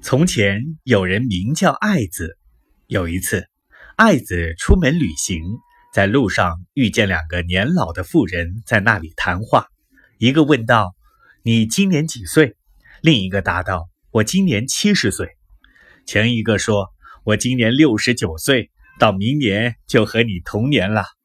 从前有人名叫爱子，有一次，爱子出门旅行，在路上遇见两个年老的妇人在那里谈话。一个问道：“你今年几岁？”另一个答道：“我今年70岁。”前一个说：“我今年69岁，到明年就和你同年了。”